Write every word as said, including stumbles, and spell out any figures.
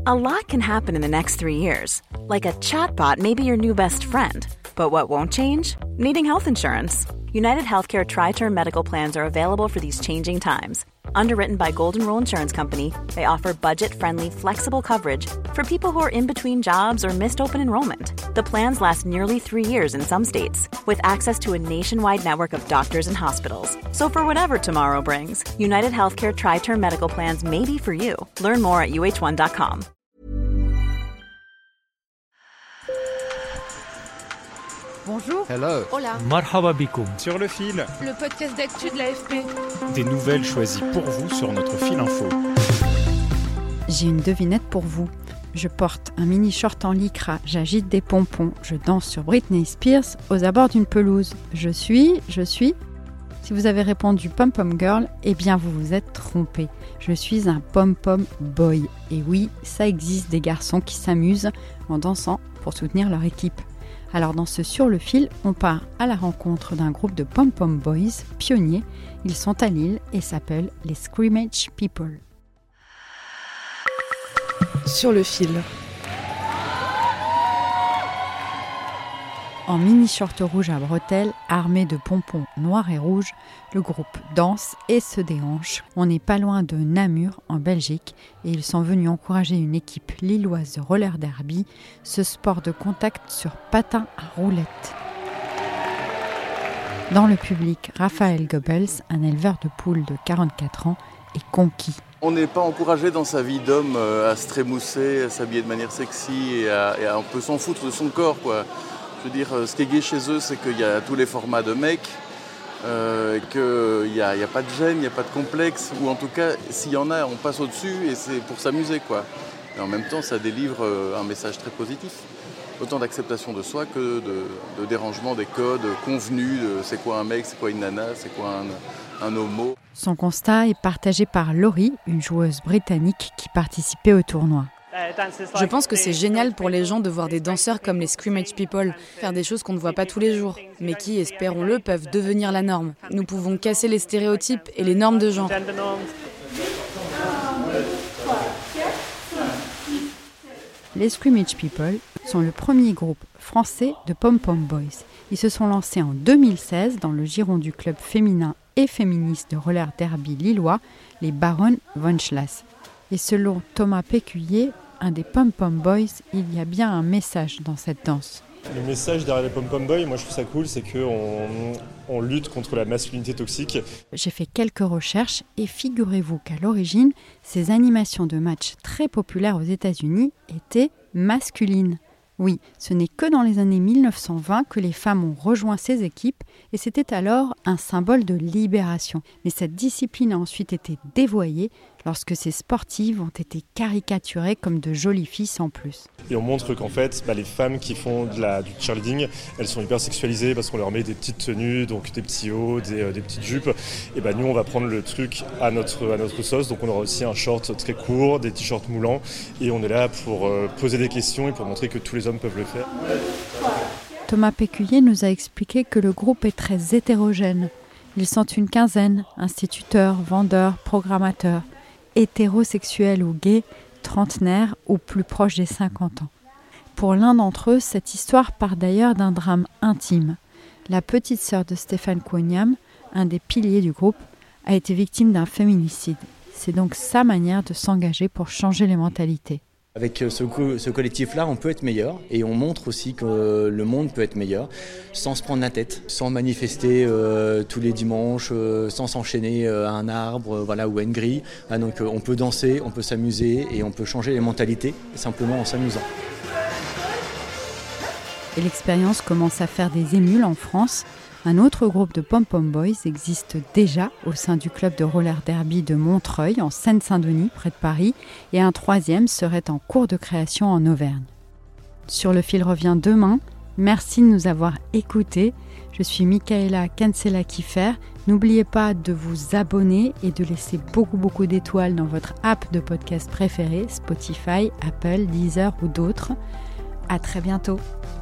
A lot can happen in the next three years. Like a chatbot may be your new best friend. But what won't change? Needing health insurance. United Healthcare Tri-Term Medical Plans are available for these changing times. Underwritten by Golden Rule Insurance Company, they offer budget-friendly, flexible coverage for people who are in between jobs or missed open enrollment. The plans last nearly three years in some states, with access to a nationwide network of doctors and hospitals. So for whatever tomorrow brings, United Healthcare Tri-Term Medical Plans may be for you. Learn more at U H one dot com. Bonjour. Hello. Hola. Marhaba bikoum. Sur le fil. Le podcast d'actu de l'A F P. Des nouvelles choisies pour vous sur notre fil info. J'ai une devinette pour vous. Je porte un mini short en lycra, j'agite des pompons, je danse sur Britney Spears aux abords d'une pelouse. Je suis, je suis... Si vous avez répondu pom-pom girl, eh bien vous vous êtes trompé. Je suis un pom-pom boy. Et oui, ça existe des garçons qui s'amusent en dansant pour soutenir leur équipe. Alors dans ce Sur le fil, on part à la rencontre d'un groupe de pom-pom boys pionniers. Ils sont à Lille et s'appellent les Scrimmage People. Sur le fil. En mini short rouge à bretelles, armé de pompons noirs et rouges, le groupe danse et se déhanche. On n'est pas loin de Namur, en Belgique, et ils sont venus encourager une équipe lilloise de roller derby, ce sport de contact sur patins à roulettes. Dans le public, Raphaël Goebbels, un éleveur de poules de quarante-quatre ans, est conquis. On n'est pas encouragé dans sa vie d'homme à se trémousser, à s'habiller de manière sexy et à, et à un peu s'en foutre de son corps, quoi. Je veux dire, ce qui est gai chez eux, c'est qu'il y a tous les formats de mecs, euh, qu'il n'y a, y a pas de gêne, il n'y a pas de complexe, ou en tout cas, s'il y en a, on passe au-dessus et c'est pour s'amuser, quoi. Et en même temps, ça délivre un message très positif. Autant d'acceptation de soi que de, de dérangement des codes convenus de c'est quoi un mec, c'est quoi une nana, c'est quoi un, un homo. Son constat est partagé par Laurie, une joueuse britannique qui participait au tournoi. Je pense que c'est génial pour les gens de voir des danseurs comme les Scrimmage People faire des choses qu'on ne voit pas tous les jours, mais qui, espérons-le, peuvent devenir la norme. Nous pouvons casser les stéréotypes et les normes de genre. Les Scrimmage People sont le premier groupe français de pom-pom boys. Ils se sont lancés en deux mille seize dans le giron du club féminin et féministe de roller derby lillois, les Baronnes von Schlass. Et selon Thomas Péculier, un des pom-pom boys, il y a bien un message dans cette danse. Le message derrière les pom-pom boys, moi je trouve ça cool, c'est qu'on on lutte contre la masculinité toxique. J'ai fait quelques recherches et figurez-vous qu'à l'origine, ces animations de matchs très populaires aux États-Unis étaient masculines. Oui, ce n'est que dans les années mille neuf cent vingt que les femmes ont rejoint ces équipes et c'était alors un symbole de libération. Mais cette discipline a ensuite été dévoyée lorsque ces sportives ont été caricaturées comme de jolies filles sans plus. Et on montre qu'en fait, bah, les femmes qui font de la, du cheerleading, elles sont hyper sexualisées parce qu'on leur met des petites tenues, donc des petits hauts, des, euh, des petites jupes. Et bah, nous, on va prendre le truc à notre, à notre sauce. Donc on aura aussi un short très court, des t-shirts moulants. Et on est là pour euh, poser des questions et pour montrer que tous les hommes peuvent le faire. Thomas Péculier nous a expliqué que le groupe est très hétérogène. Ils sont une quinzaine, instituteurs, vendeurs, programmateurs, hétérosexuels ou gays, trentenaires ou plus proches des cinquante ans. Pour l'un d'entre eux, cette histoire part d'ailleurs d'un drame intime. La petite sœur de Stéphane Kouaniam, un des piliers du groupe, a été victime d'un féminicide. C'est donc sa manière de s'engager pour changer les mentalités. Avec ce, co- ce collectif-là, on peut être meilleur et on montre aussi que le monde peut être meilleur sans se prendre la tête, sans manifester euh, tous les dimanches, euh, sans s'enchaîner euh, à un arbre euh, voilà, ou à une grille. Ah, donc euh, on peut danser, on peut s'amuser et on peut changer les mentalités simplement en s'amusant. Et l'expérience commence à faire des émules en France. Un autre groupe de pom-pom boys existe déjà au sein du club de roller derby de Montreuil, en Seine-Saint-Denis, près de Paris, et un troisième serait en cours de création en Auvergne. Sur le fil revient demain. Merci de nous avoir écoutés. Je suis Michaela Kinsella-Kiffer. N'oubliez pas de vous abonner et de laisser beaucoup beaucoup d'étoiles dans votre app de podcast préférée, Spotify, Apple, Deezer ou d'autres. À très bientôt.